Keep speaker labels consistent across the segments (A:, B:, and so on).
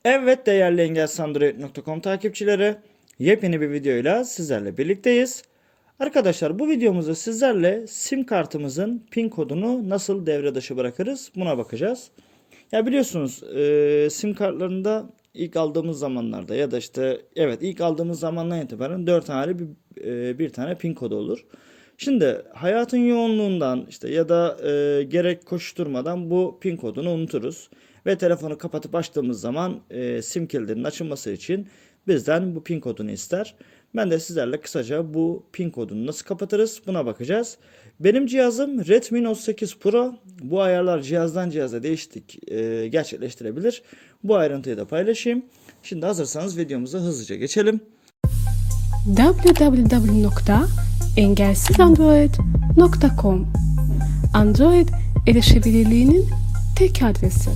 A: Evet değerli engelsandroid.com takipçileri, yepyeni bir videoyla sizlerle birlikteyiz. Arkadaşlar bu videomuzda sizlerle sim kartımızın pin kodunu nasıl devre dışı bırakırız buna bakacağız. Ya biliyorsunuz sim kartlarında ilk aldığımız zamanlarda ya da ilk aldığımız zamandan itibaren 4 haneli bir tane pin kodu olur. Şimdi hayatın yoğunluğundan ya da gerek koşturmadan bu pin kodunu unuturuz. Ve telefonu kapatıp açtığımız zaman sim kilidinin açılması için bizden bu pin kodunu ister. Ben de sizlerle kısaca bu pin kodunu nasıl kapatırız buna bakacağız. Benim cihazım Redmi Note 8 Pro. Bu ayarlar cihazdan cihaza gerçekleştirebilir. Bu ayrıntıyı da paylaşayım. Şimdi hazırsanız videomuza hızlıca geçelim.
B: www.engelsizandroid.com Android erişebilirliğinin tek adresi.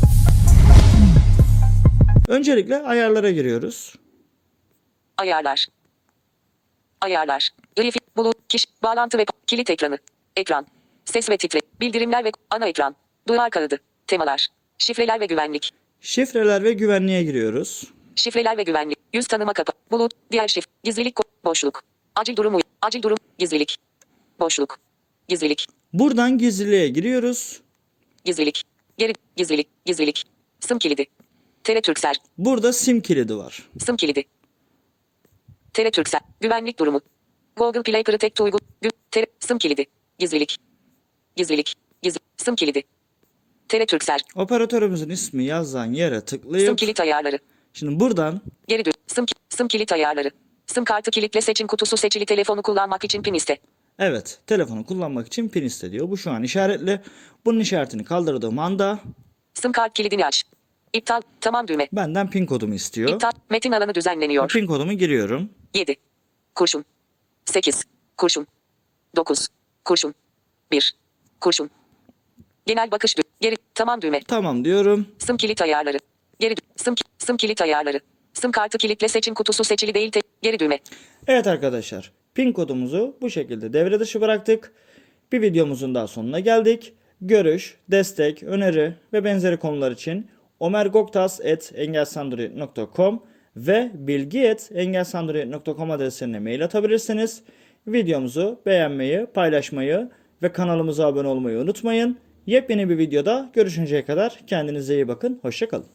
A: Öncelikle ayarlara giriyoruz.
C: Ayarlar. Ayarlar. Grafik, bulut, kişi, bağlantı ve kilit ekranı. Ekran. Ses ve titre, bildirimler ve ana ekran. Duvar kağıdı. Temalar. Şifreler ve güvenlik.
A: Şifreler ve güvenliğe giriyoruz.
C: Şifreler ve güvenlik. Yüz tanıma kapı. Bulut, diğer gizlilik, boşluk. Acil durum, acil durum, gizlilik. Boşluk. Gizlilik.
A: Buradan gizliliğe giriyoruz.
C: Gizlilik. Geri, gizlilik. Sım kilidi. Türksel.
A: Burada sim kilidi var.
C: Sım kilidi. Türksel. Güvenlik durumu. Google Play Protect uygun. Sım kilidi. Gizlilik. Sım kilidi. Türksel.
A: Operatörümüzün ismi yazan yere tıklayıp
C: Sım kilit ayarları.
A: şimdi buradan
C: Geri dön. Sım kilit ayarları. Sım kartı kilitle seçim kutusu seçili telefonu kullanmak için pin iste.
A: evet telefonu kullanmak için pin iste diyor. Bu şu an işaretli. Bunun işaretini kaldırdığım anda
C: Sım kart kilidini aç. İptal. Tamam düğme.
A: benden pin kodumu istiyor.
C: İptal. Metin alanı
A: Bu
C: düzenleniyor.
A: pin kodumu giriyorum.
C: 7. Kurşun. 8. Kurşun. 9. Kurşun. 1. Kurşun. Genel bakış geri. Tamam düğme.
A: Tamam diyorum.
C: Sım kilit ayarları. Geri sım kilit ayarları. Sım kartı kilitle seçim kutusu seçili değil geri düğme.
A: Evet arkadaşlar, pin kodumuzu bu şekilde devre dışı bıraktık. Bir videomuzun daha sonuna geldik. Görüş, destek, öneri ve benzeri konular için omergoktas@engelsandroid.com ve bilgi@engelsandroid.com adreslerine mail atabilirsiniz. Videomuzu beğenmeyi, paylaşmayı ve kanalımıza abone olmayı unutmayın. Yepyeni bir videoda görüşünceye kadar kendinize iyi bakın. Hoşça kalın.